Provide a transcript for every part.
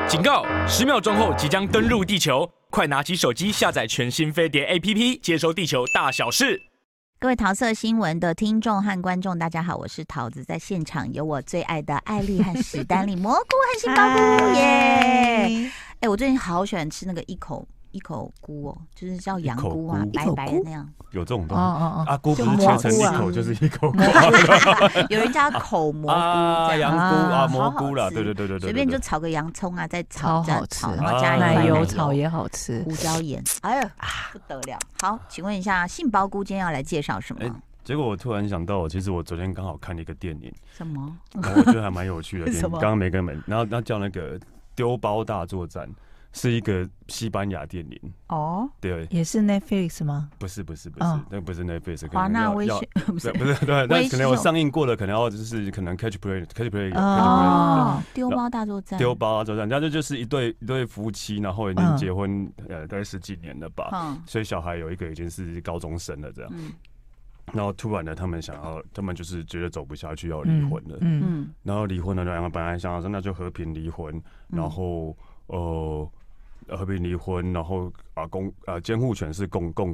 警告！10秒钟后即将登陆地球，快拿起手机下载全新飞碟 APP， 接收地球大小事。 各位桃色新闻的听众和观众，大家好，我是桃子，在现场有我最爱的艾丽和史丹利、蘑菇和杏鲍菇耶！我最近好喜欢吃那个一口菇哦，就是叫羊菇啊，白白的那样。 有这种东西啊？菇不是切成一口就是一口菇， 有人叫口蘑菇啊，羊菇啊，蘑菇啦，对， 随便就炒个洋葱啊，再炒， 超好吃， 然后加一奶油炒也好吃， 胡椒盐，哎呀不得了！好，请问一下，杏鲍菇今天要来介绍什么？ 结果我突然想到，其实我昨天刚好看了一个电影， 什么？ 然后我觉得还蛮有趣的电影，刚刚没跟你们，然后叫那个丢包大作战。是一个西班牙电影哦，对， 也是 Netflix 吗？ 不是，那不是 Netflix， 华纳威秀不是，对，那可能有上映过的，可能要就是可能 Catch Play 哦，丢包大作战， 然后就是一对夫妻，然后已经结婚大概10几年了吧，所以小孩有一个已经是高中生了这样。然后突然的，他们就是觉得走不下去，要离婚了。然后离婚了，两个本来想说那就和平离婚，然后和平离婚，然后监护权是共同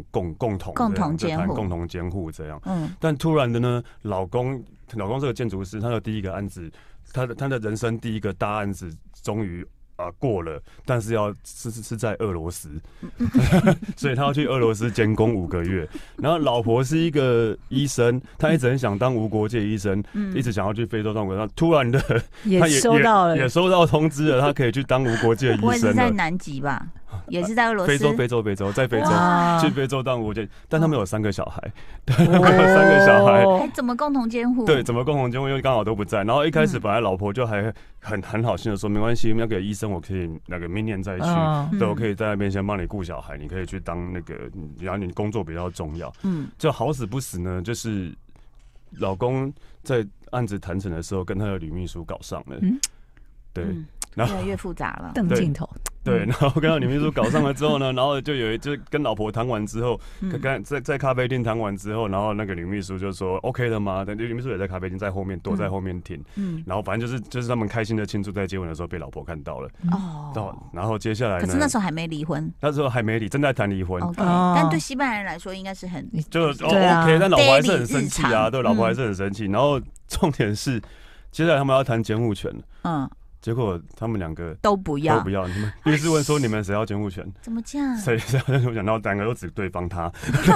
监护这样。但突然的呢，老公这个建筑师，他的第一个案子，他的人生第一个大案子，终于过了，但是是在俄罗斯，所以他要去俄罗斯监工5个月。然后老婆是一个医生，他一直很想当无国界医生，一直想要去非洲当无国界。突然的，他也收到通知了，他可以去当无国界医生了。 不会是在南极吧？也是在俄罗斯。 非洲，在非洲去非洲当无国界，但他们有3个小孩，3个小孩， 怎么共同监护？ 对，怎么共同监护？因为刚好都不在。然后一开始本来老婆就还很好心的说，没关系，那个医生我可以明年再去，对，我可以在那边先帮你顾小孩，你可以去当那个，然后你工作比较重要。就好死不死呢，就是老公在案子谈成的时候跟他的女秘书搞上了，对，然后越来越复杂了， 瞪镜头。 对，然后跟他女秘书搞上了之后呢，然后就跟老婆谈完之后，在咖啡厅谈完之后，然后那个女秘书就说 OK 了吗？女秘书也在咖啡厅，在后面躲在后面听，然后反正就是他们开心的庆祝，在接吻的时候被老婆看到了，然后接下来呢？ 可是那时候还没离婚， 那时候还没离，正在谈离婚。 但对西班牙人来说应该是很 OK， 但老婆还是很生气啊，对，老婆还是很生气。然后重点是，接下来他们要谈监护权，结果他们2个都不要。 你们律师问说你们谁要监护权？ 怎么这样？ 谁要监护权？然后2个都指对方他。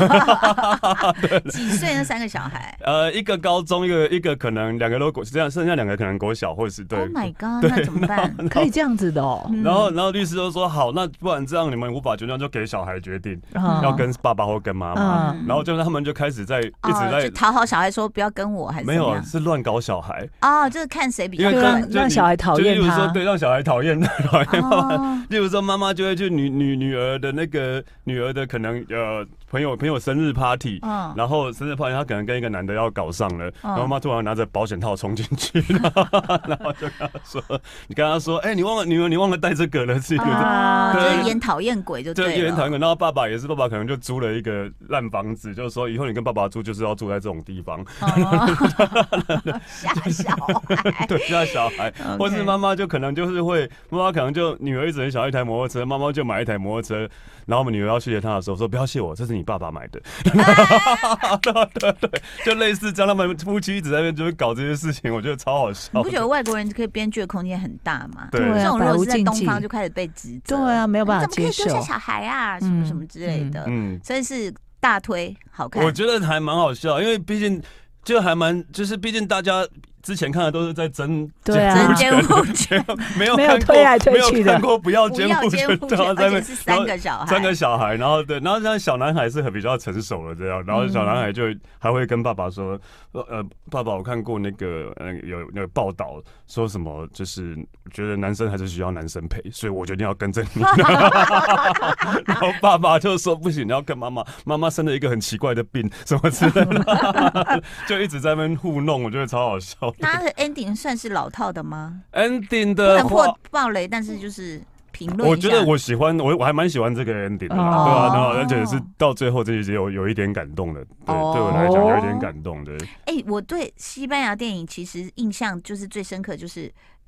几岁那3个小孩？ 一个高中，一个可能2个都这样，剩下2个可能国小或者是对。 Oh my god！ 那怎么办？ 可以这样子的哦。 然后律师就说好，那不然这样你们无法决定，就给小孩决定，要跟爸爸或跟妈妈。然后他们就开始一直在就讨好小孩，说不要跟我，还是没有是乱搞小孩就是看谁比较让小孩讨厌。 例如说，对，让小孩讨厌爸爸。例如说，妈妈就会去女儿的那个可能朋友生日 party，然后生日 party 他可能跟一个男的要搞上了，然后妈妈突然拿着保险套冲进去，然后就跟他说，你忘了带这个了， 就是演讨厌鬼就对了。 演讨厌鬼，然后爸爸可能就租了一个烂房子，就是说以后你跟爸爸住就是要住在这种地方， 吓小孩， 对，吓小孩，或是妈妈就可能就是妈妈可能就女儿一直很想要一台摩托车，妈妈就买一台摩托车，然后我们女儿要谢谢她的时候说不要谢我，这是你爸爸买的，对，就类似这样，他们夫妻一直在那边就是搞这些事情，我觉得超好笑。 你不觉得外国人可以编剧的空间很大吗？ 对， 这种如果是在东方就开始被指责， 对啊，没有办法接受， 怎么可以丢下小孩啊，什么什么之类的，所以是大推好看。 我觉得还蛮好笑，因为毕竟就还蛮就是毕竟大家。之前看的都是在争监护权， 没有推来推去的， 没有看过不要监护权， 而且是3个小孩， 然后对，然后像小男孩是比较成熟了这样，然后小男孩就还会跟爸爸说，爸爸，我看过那个有报道说什么，就是觉得男生还是需要男生陪，所以我决定要跟着你。然后爸爸就说不行，你要跟妈妈，妈妈生了一个很奇怪的病，什么之类的，就一直在那边糊弄，我觉得超好笑。 那他的 ending 算是老套的吗 ？ending 的话不能爆雷，但是就是评论一下。 我觉得我喜欢，我还蛮喜欢这个 ending 的，对啊，而且是到最后这些有一点感动的，对我来讲有一点感动的。 我对西班牙电影其实印象就是最深刻就是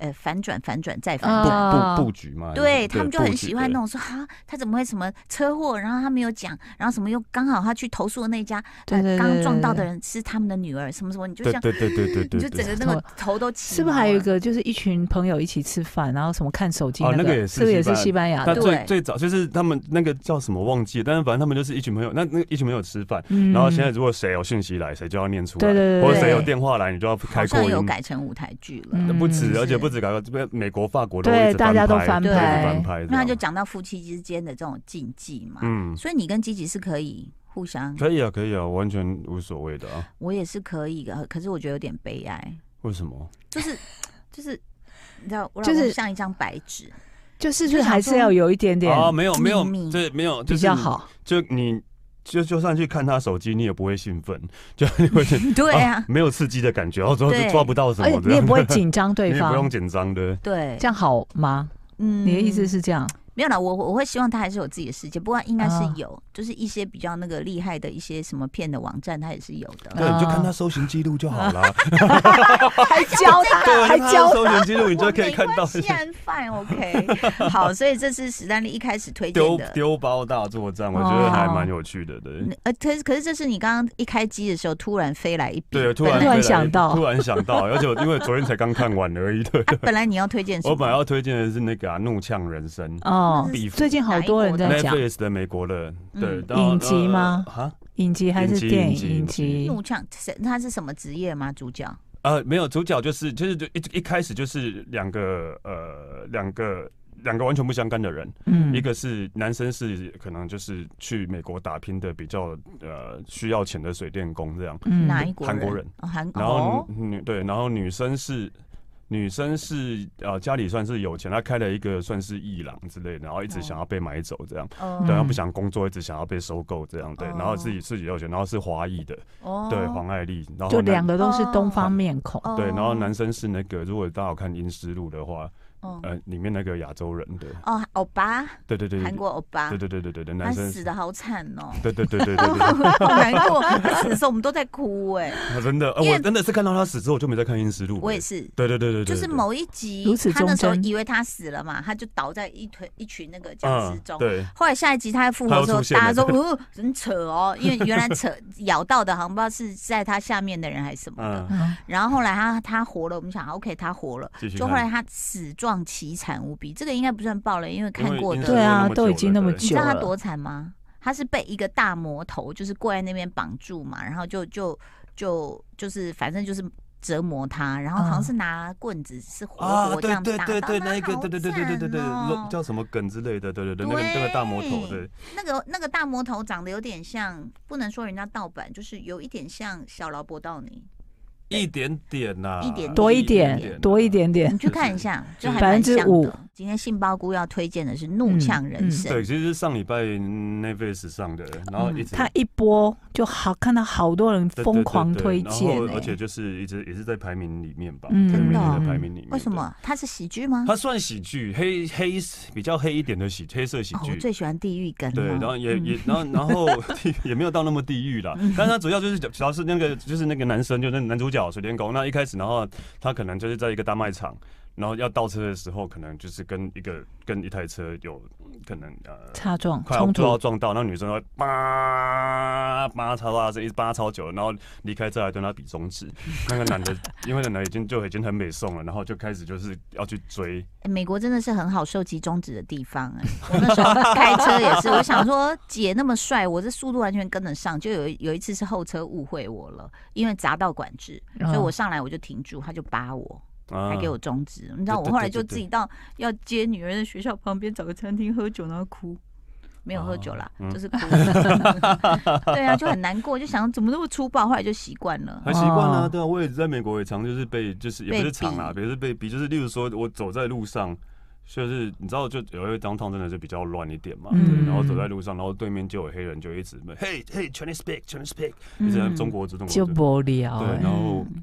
反转再反转。 布局嘛， 对他们就很喜欢那种说他怎么会什么车祸，然后他没有讲，然后什么又刚好他去投诉的那家刚撞到的人是他们的女儿，什么什么，你就像对， 你就整个那个头都起。 是不是还有一个就是一群朋友一起吃饭，然后什么看手机那个也是不是也是西班牙的？ 最早就是他们那个叫什么忘记了，但是反正他们就是一群朋友，那一群朋友吃饭，然后现在如果谁有讯息来，谁就要念出来， 对， 或者谁有电话来，你就要开扩音。 好像有改成舞台剧了， 不止，而且不止改过，这边美国、法国都对大家都翻拍，那就讲到夫妻之间的这种禁忌嘛。所以你跟吉吉是可以互相可以啊，完全无所谓的啊。 我也是可以的，可是我觉得有点悲哀。 为什么？ 就是你知道，我老公像一张白纸， 就是还是要有一点点没有，对，没有比较好。 就你。就算去看他手机，你也不会兴奋，就你会对啊， 没有刺激的感觉，然后之后就抓不到什么， 而且你也不会紧张对方， 你也不用紧张的， 对， 这样好吗？你的意思是这样？ 没有啦，我会希望他还是有自己的世界，不过应该是有，就是一些比较那个厉害的一些什么片的网站，他也是有的。 对，你就看他搜寻记录就好了， 还教他，还教搜寻记录，你就可以看到。 fine OK， 好，所以这是史丹利一开始推荐的丢包大作战，我觉得还蛮有趣的，对。 可是这是你刚刚一开机的时候突然飞来一笔， 对，突然想到，而且因为昨天才刚看完而已，对。 本来你要推荐什么？ 我本来要推荐的是那个怒呛人生。 最近好多人在讲 Netflix 的美国的，对， 影集吗？影集还是电影？影集。 怒呛，他是什么职业吗？主角？ 没有，主角就是一开始就是两个完全不相干的人，一个是男生是可能就是去美国打拼的比较需要钱的水电工这样， 哪一国人？ 韩国人，然后然后女生是家里算是有钱，她开了一个算是艺廊之类的，然后一直想要被买走这样，对，她不想工作，一直想要被收购这样，对，然后自己有钱，然后是华裔的，对，黄爱丽，然后就两个都是东方面孔， 对，然后男生是那个，如果大家有看《阴尸路》的话。里面那个亚洲人的欧巴， 对， 韩国欧巴， 对，男生死的好惨哦， 对， 好难过，他死的时候我们都在哭哎， 真的，我真的是看到他死之后我就没再看《阴尸路》， 我也是， 对， 就是某一集，他那时候以为他死了嘛，他就倒在一群那个僵尸中，对，后来下一集他复活之后，大家说很扯哦，因为原来咬到的好像不知道是在他下面的人还是什么的，然后后来他活了，我们想 OK 他活了，就后来他死状凄惨无比，这个应该不算爆雷，因为看过的。 对啊，都已经那么久了。 你知道他多惨吗？他是被一个大魔头就是跪在那边绑住嘛，然后就是反正就是折磨他，然后好像是拿棍子是活这样打， 对，那个对，叫什么梗之类的，对，那个大魔头，对， 那个大魔头长得有点像，不能说人家盗版，就是有一点像小劳勃道尼。 一点点呐， 多一点点， 你去看一下，就还蛮像的。 5%。 今天杏鲍菇要推荐的是《怒呛人生》， 对，其实是上礼拜 Netflix 上的，然后他一播就好，看到好多人疯狂推荐， 而且就是也是在排名里面吧， 真的排名里面。 为什么？它是喜剧吗？ 它算喜剧，比较黑一点的黑色喜剧。 我最喜欢地狱梗。 对，然后然后也没有到那么地狱啦，但是它主要是那个就是那个男生，就那男主角水电工，那一开始然后他可能就是在一个大卖场。然后要倒车的时候，可能就是跟一台车有可能擦撞， 快要撞到，那女生会扒超一直扒超久，然后离开再来对他比中指。那个男的，因为男的已经很美颂了，然后就开始就是要去追。 美国真的是很好收集中指的地方哎！我那时候开车也是，我想说姐那么帅，我这速度完全跟得上。就有一次是后车误会我了，因为匝道管制，所以我上来我就停住，他就扒我。还给我中指，你知道我后来就自己到要接女儿的学校旁边找个餐厅喝酒，然后哭，没有喝酒啦，就是哭。对啊，就很难过，就想怎么那么粗暴，后来就习惯了。 还习惯了，对啊，我也在美国也常就是就是也不是常啦，也是被逼，就是例如说我走在路上。就是你知道，就有一个downtown真的是比较乱一点嘛，对，然后走在路上，然后对面就有黑人就一直Hey Chinese speak， 一直在中国字， 就无聊， 对，然后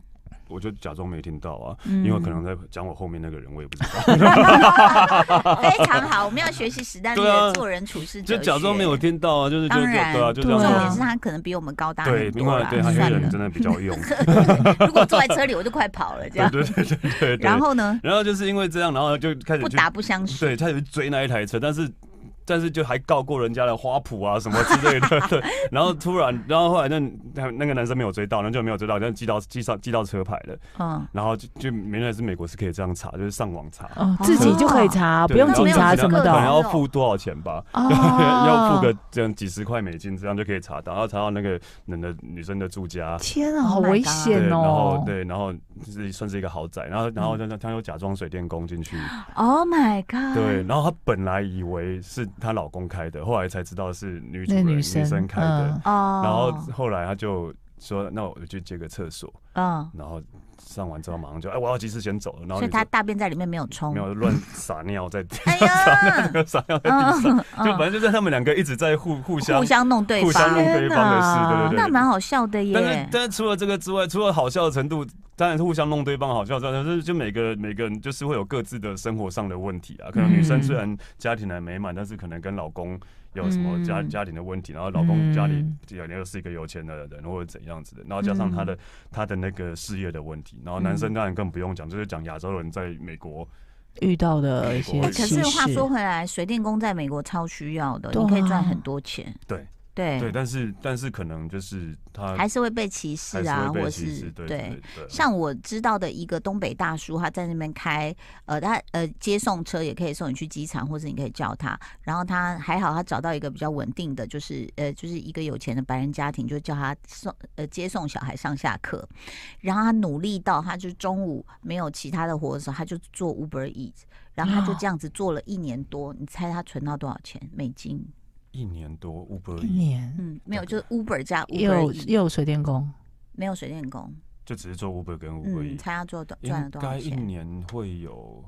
我就假装没听到啊， 嗯因为可能在讲我后面那个人，我也不知道。 非常好，我们要学习史丹利的做人处事哲学， 就假装没有听到啊，就是当然对啊，就这样重子。 点是他可能比我们高大对， 很多啦， 因为对他黑算了人真的比较用。 如果坐在车里，我就快跑了，这样。 对。 然后呢？ 然后就是因为这样，然后就开始不打不相识。 对，开始追那一台车，但是就还告过人家的花圃啊什么之类的，对。然后然后后来那个男生没有追到，就没有追到，但寄到车牌了。嗯。然后就原来是美国是可以这样查，就是上网查。 自己就可以查，不用警察什么的。 可能要付多少钱吧？要付个这样几十块美金，这样就可以查到，然后查到那个女生的住家。 天啊，好危险哦！ 然后就是算是一个豪宅，然后他又假装水电工进去。 Oh my god！ 对，然后他本来以为是她老公开的，后来才知道是女生开的。然后后来他就说：“那我去借个厕所。”然后上完之后马上就我要及时先走了。然后所以他大便在里面没有冲， 没有乱撒尿在哎呀， 撒尿在地上，就反正就是他们两个一直在互相弄对方， 的事，对。 那蛮好笑的耶。 但是除了这个之外，除了好笑的程度，当然是互相弄对方好笑，但是就每个人就是会有各自的生活上的问题啊。可能女生虽然家庭很美满，但是可能跟老公有什么家庭的问题，然后老公家里又是一个有钱的人或者怎样子的，然后加上他的那个事业的问题，然后男生当然更不用讲，就是讲亚洲人在美国遇到的一些歧视。 可是话说回来，水电工在美国超需要的，你可以赚很多钱。对， 但是可能就是他还是会被歧视啊，或者是对。像我知道的一个东北大叔，他在那边开他接送车也可以送你去机场，或者你可以叫他。然后他还好，他找到一个比较稳定的，就是一个有钱的白人家庭，就叫他接送小孩上下课。然后他努力到他就中午没有其他的活的时候，他就做 Uber Eats， 然后他就这样子做了1年多。你猜他存到多少钱美金 ？1年多 Uber 1年， 没有，就是 Uber 加 Uber 又有水电工， 没有水电工， 就只是做 Uber 跟 Uber。 猜他赚了多少钱？ 应该1年会有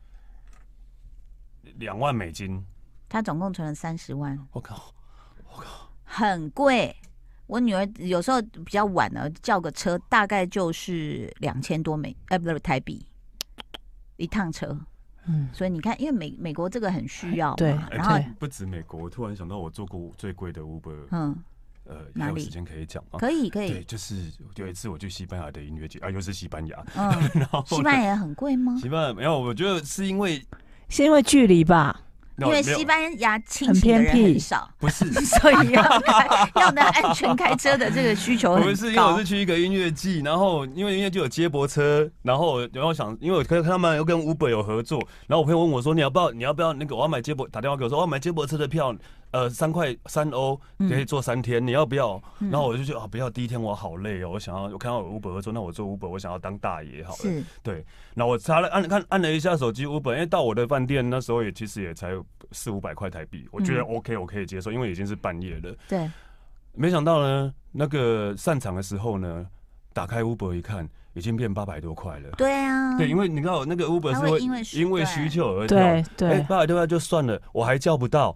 2万美金。 他总共存了30万。 我靠， 很贵。我女儿有时候比较晚了，叫个车大概就是2000多不是台币一趟车。所以你看，因为美国这个很需要嘛， 对， 然后不止美国，我突然想到我做过最贵的 Uber，还有时间可以讲吗？ 可以。 对，就是有一次我去西班牙的音乐节又是西班牙， 然后西班牙很贵吗？ 西班牙没有，我觉得是因为距离吧。 因为西班牙清醒的人很少， 不是， 所以要的安全开车的这个需求很高。 不是，因为我是去一个音乐季，然后因为音乐季有接驳车，然后想，因为我看他们又跟 Uber 有合作，然后我朋友问我说你要不要那个我要买打电话给我说我要买接驳车的票，3欧可以坐3天，你要不要？然后我就觉得不要，第一天我好累哦，我看到有 Uber 合作，那我做 Uber， 我想要当大爷好了。对，然后我查了按了一下手机 Uber， 因为到我的饭店那时候其实也才400-500块台币，我觉得 OK， 我可以接受，因为已经是半夜了。 对， 没想到呢，那个散场的时候呢，打开 Uber 一看，已经变800多块了。 对啊， 对，因为你知道那个 Uber 是会因为需求而跳， 对 ，800多块就算了，我还叫不到，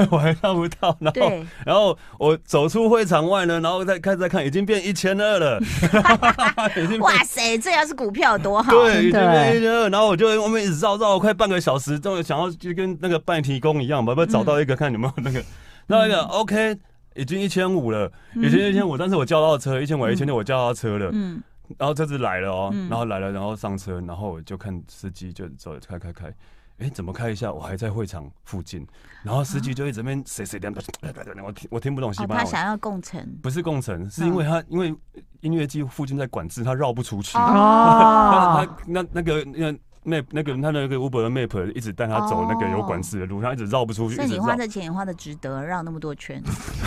然后我走出会场外呢，然后再看，已经变1200了。 哇塞，这要是股票多好！ 对，已经变1200，然后我就在外面一直绕了快半个小时，终于想要就跟那个办提供一样，把找到一个看有没有那个，那个 OK。已经1500了，已经1500，但是我叫到车1500、1600，我叫到车了，然后车子来了哦，然后来了，然后上车，然后我就看司机就走开，怎么开一下？我还在会场附近，然后司机就一直在那边谁我听不懂西班牙。 他想要共乘， 不是共乘，是因为因为音乐季附近在管制，他绕不出去。 他那个他那个 Uber 的 Map 一直带他走那个有管制的路，他一直绕不出去。 所以你花这钱也花的值得，绕那么多圈，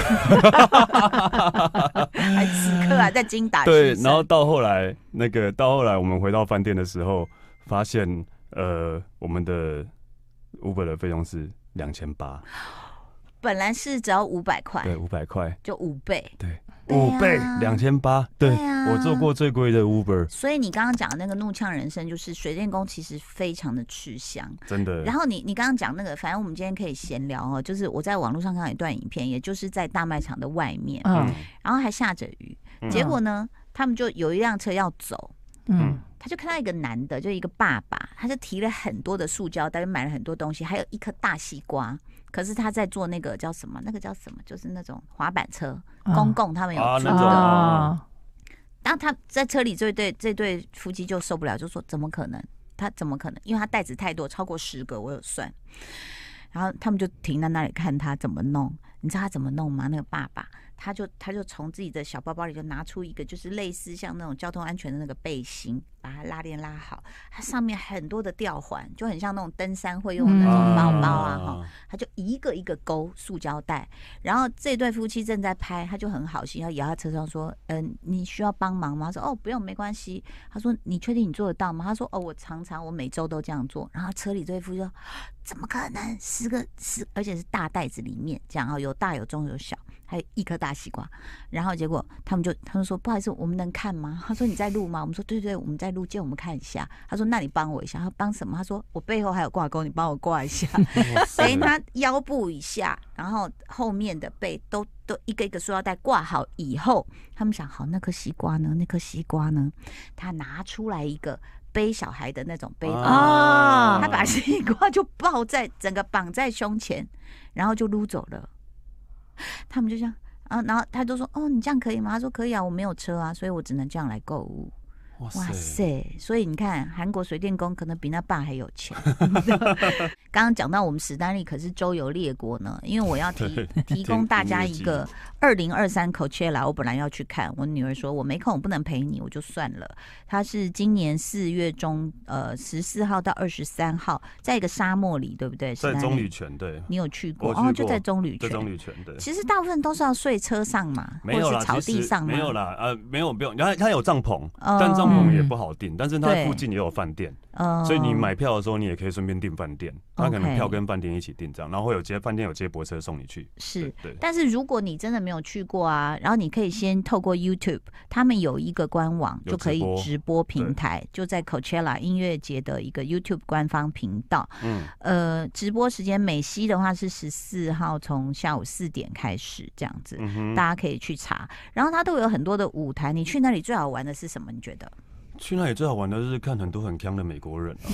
还此刻还在精打细算。 对，然后到后来我们回到饭店的时候，发现我们的 Uber 的费用是2800， 本来是只要500块， 对，500块， 就5倍， 对。5倍2800，对，我做过最贵的 Uber。 所以你刚刚讲的那个怒呛人生，就是水电工其实非常的吃香， 真的。 然后你刚刚讲那个，反正我们今天可以闲聊哦，就是我在网络上看到一段影片，也就是在大卖场的外面，然后还下着雨，结果呢，他们就有一辆车要走。 他就看到一个男的，就一个爸爸，他就提了很多的塑胶袋，买了很多东西，还有一颗大西瓜。可是他在做那个叫什么？就是那种滑板车，公共他们有租的。然后他在车里，这对夫妻就受不了，就说怎么可能？他怎么可能？因为他袋子太多，超过10个，我有算。然后他们就停在那里看他怎么弄。你知道他怎么弄吗？那个爸爸他就从自己的小包包里就拿出一个就是类似像那种交通安全的那个背心，把它拉链拉好，它上面很多的吊环，就很像那种登山会用的那种包包啊，他就一个一个勾塑胶袋。然后这对夫妻正在拍，他就很好心要摇他车上说，你需要帮忙吗？他说哦不用没关系。他说你确定你做得到吗？他说哦我每周都这样做。然后车里这对夫妻说怎么可能10个，而且是大袋子里面这样有大有中有小，还有一颗大西瓜。然后结果他们说不好意思，我们能看吗？他说你在录吗？我们说对，我们在录，借我们看一下。他说那你帮我一下。他说帮什么？他说我背后还有挂钩，你帮我挂一下。等于他腰部以下，然后后面的背都一个一个塑料袋挂好以后，他们想好那颗西瓜呢？他拿出来一个背小孩的那种背包，他把西瓜就整个绑在胸前，然后就撸走了。他们就这样然后他就说哦你这样可以吗？他说可以啊，我没有车啊，所以我只能这样来购物。哇塞！所以你看，韩国水电工可能比那爸还有钱。刚刚讲到我们史丹利可是周游列国呢，因为我要提供大家一个2023 Coachella， 我本来要去看，我女儿说我没空，我不能陪你，我就算了。它是今年4月中14号到23号，在一个沙漠里，对不对？ 在棕榈泉，对， 你有去过？哦，就在棕榈泉。 在棕榈泉，对。 其实大部分都是要睡车上嘛， 没有啦， 或是草地上吗？ 没有啦，没有不用，它有帐篷，但帐篷也不好订，但是它附近也有饭店，所以你买票的时候，你也可以顺便订饭店。它可能票跟饭店一起订这样，然后会有饭店有接驳车送你去。 是，但是如果你真的没有去过啊，然后你可以先透过 YouTube， 他们有一个官网就可以直播平台，就在 Coachella 音乐节的一个 YouTube 官方频道。直播时间美西的话是14号从下午4点开始这样子，大家可以去查。然后它都有很多的舞台，你去那里最好玩的是什么？你觉得？ 去那里最好玩的就是看很多很强的美国人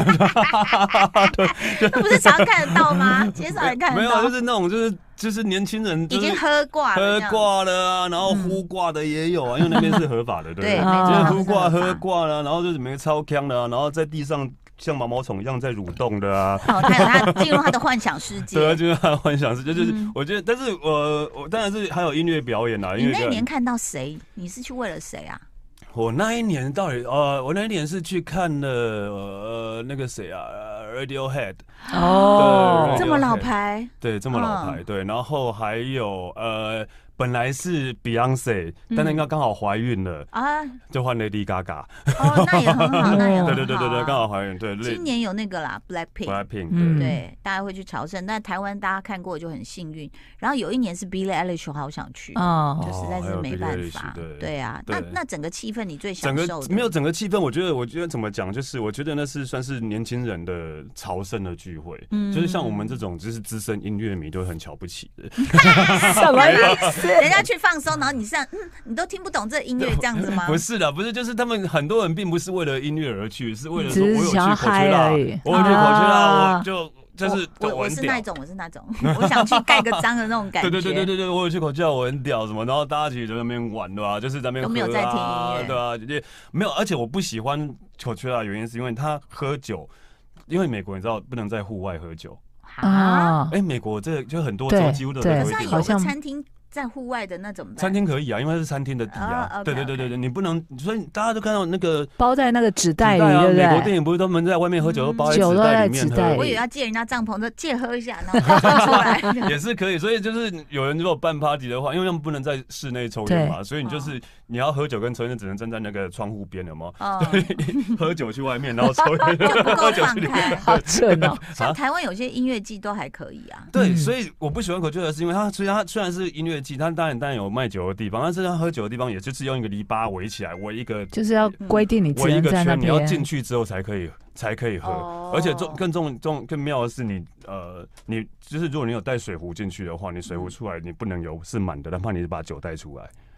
那不是常看得到吗？街上也看得到。 没有，就是那种就是年轻人已经喝挂了啊，然后呼挂的也有啊，因为那边是合法的，对， 就是呼挂喝挂了，然后就是没超强的啊，然后在地上像毛毛虫一样在蠕动的啊。 他进入他的幻想世界。 对啊，进入他的幻想世界，就是我觉得，但是我当然是还有音乐表演啦。 你那年看到谁？你是去为了谁啊？ 我那一年到底我那一年是去看了那个谁啊 ，Radiohead。 哦，这么老牌。 对，这么老牌。对，然后还有本来是 Beyonce， 但那刚好怀孕了啊，就换 Lady Gaga。 哦，那也很好，那也很好。 对，刚好怀孕。对， 今年有那个啦 ，Blackpink， 对，大家会去朝圣。但台湾大家看过就很幸运。然后有一年是 Billie Eilish， 我好想去，就实在是没办法。对啊，那整个气氛你最享受的？ 没有整个气氛，我觉得怎么讲，就是我觉得那是算是年轻人的朝圣的聚会，就是像我们这种就是资深音乐迷都很瞧不起的。 什么意思？ 人家去放松，然后你这样，你都听不懂这音乐这样子吗？ 不是的，不是，就是他们很多人并不是为了音乐而去，是为了说我有去 Coachella，我有去Coachella，就是我是那种，我想去盖个章的那种感觉。 对，我有去Coachella，我很屌什么，然后大家其实在那边玩对吧？就是在那边都没有在听音乐， 对啊，也没有，而且我不喜欢Coachella的原因是因为他喝酒，因为美国你知道不能在户外喝酒啊。美国这就很多州几乎都在喝酒， 好像餐厅。在户外的那种餐厅可以啊，因为是餐厅的底啊。对，你不能，所以大家都看到那个包在那个纸袋里，对不对？ 美国电影不是他们在外面喝酒都包在纸袋里面喝？ 我以为要借人家帐篷，就借喝一下，然后放出来也是可以。所以就是有人如果办 party 的话，因为他们不能在室内抽烟嘛，所以你要喝酒跟抽烟只能站在那个窗户边，有没有？对，喝酒去外面，然后抽烟， 就不够放开， 好扯哦。 像台湾有些音乐季都还可以啊。 对，所以我不喜欢Coachella是因为它虽然是音乐季，它当然有卖酒的地方，但是他喝酒的地方也就是用一个篱笆围起来，围一个就是要规定你只能在那边， 你要进去之后才可以喝，而且更妙的是你就是如果你有带水壶进去的话，你水壶出来你不能有是满的，但怕你把酒带出来。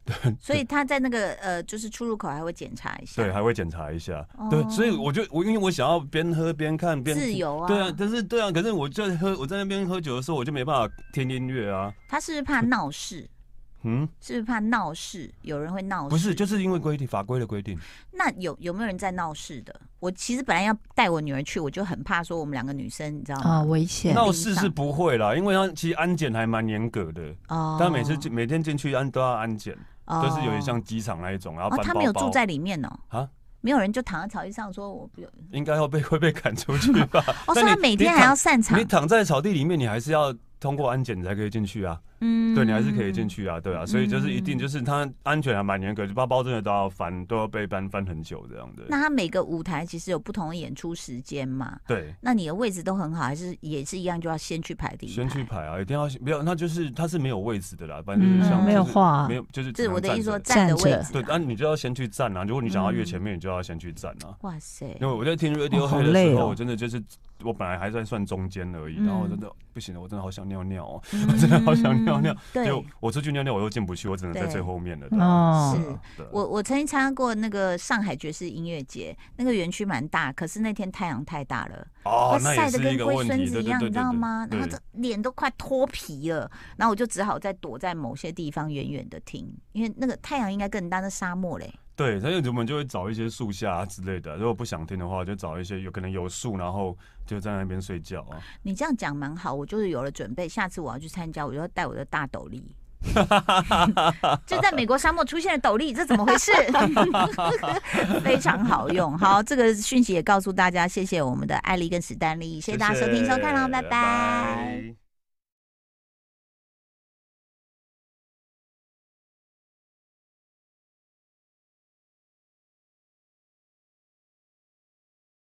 所以他在那个就是出入口还会检查一下， 对，还会检查一下。 哦对，所以因为我想要边喝边看边自由啊。 对啊，可是我在那边喝酒的时候，我就没办法听音乐啊。 他是不是怕闹事？ 嗯， 是不是怕闹事？有人会闹事？ 不是，就是因为法规的规定。 那有没有人在闹事的？我其实本来要带我女儿去，我就很怕说我们2个女生，你知道吗？ 危险。 闹事是不会啦，因为他其实安检还蛮严格的。哦，他每天进去都要安检，就是有点像机场那一种，然后搬包包。 他没有住在里面哦。 啊？ 没有人就躺在草地上说我不用， 应该会被赶出去吧？ 所以他每天还要散场。 你躺在草地里面，你还是要通过安检你才可以进去啊。对，你还是可以进去啊，对啊，所以就是一定就是它安全还蛮严格，包包真的都要被翻很久这样的。 那它每个舞台其实有不同的演出时间嘛？ 对。 那你的位置都很好，还是也是一样就要先去排第一排？ 先去排啊，一定要没有，它是没有位置的啦，反正就是像没有画， 没有就是我的意思说站的位置。 对，你就要先去站啊，如果你想要越前面，你就要先去站啊。 哇塞！ 因为我在听 Radiohead 的时候，我真的就是我本来还在算中间而已，然后我真的不行了，我真的好想尿尿哦，我真的好想尿尿。 对。 我出去尿尿我又进不去，我只能在最后面了。 是，我曾经参加过那个上海爵士音乐节，那个园区蛮大，可是那天太阳太大了，晒得跟龟孙子一样，你知道吗？然后这脸都快脱皮了，然后我就只好再躲在某些地方远远的听，因为那个太阳应该更大，那沙漠嘞。 对，所以我们就会找一些树下之类的，如果不想听的话，就找一些有可能有树，然后就在那边睡觉啊。你这样讲蛮好，我就是有了准备，下次我要去参加，我就要带我的大斗笠。就在美国沙漠出现了斗笠，这怎么回事？非常好用。好，这个讯息也告诉大家，谢谢我们的艾莉跟史丹利，谢谢大家收听收看喽，拜拜。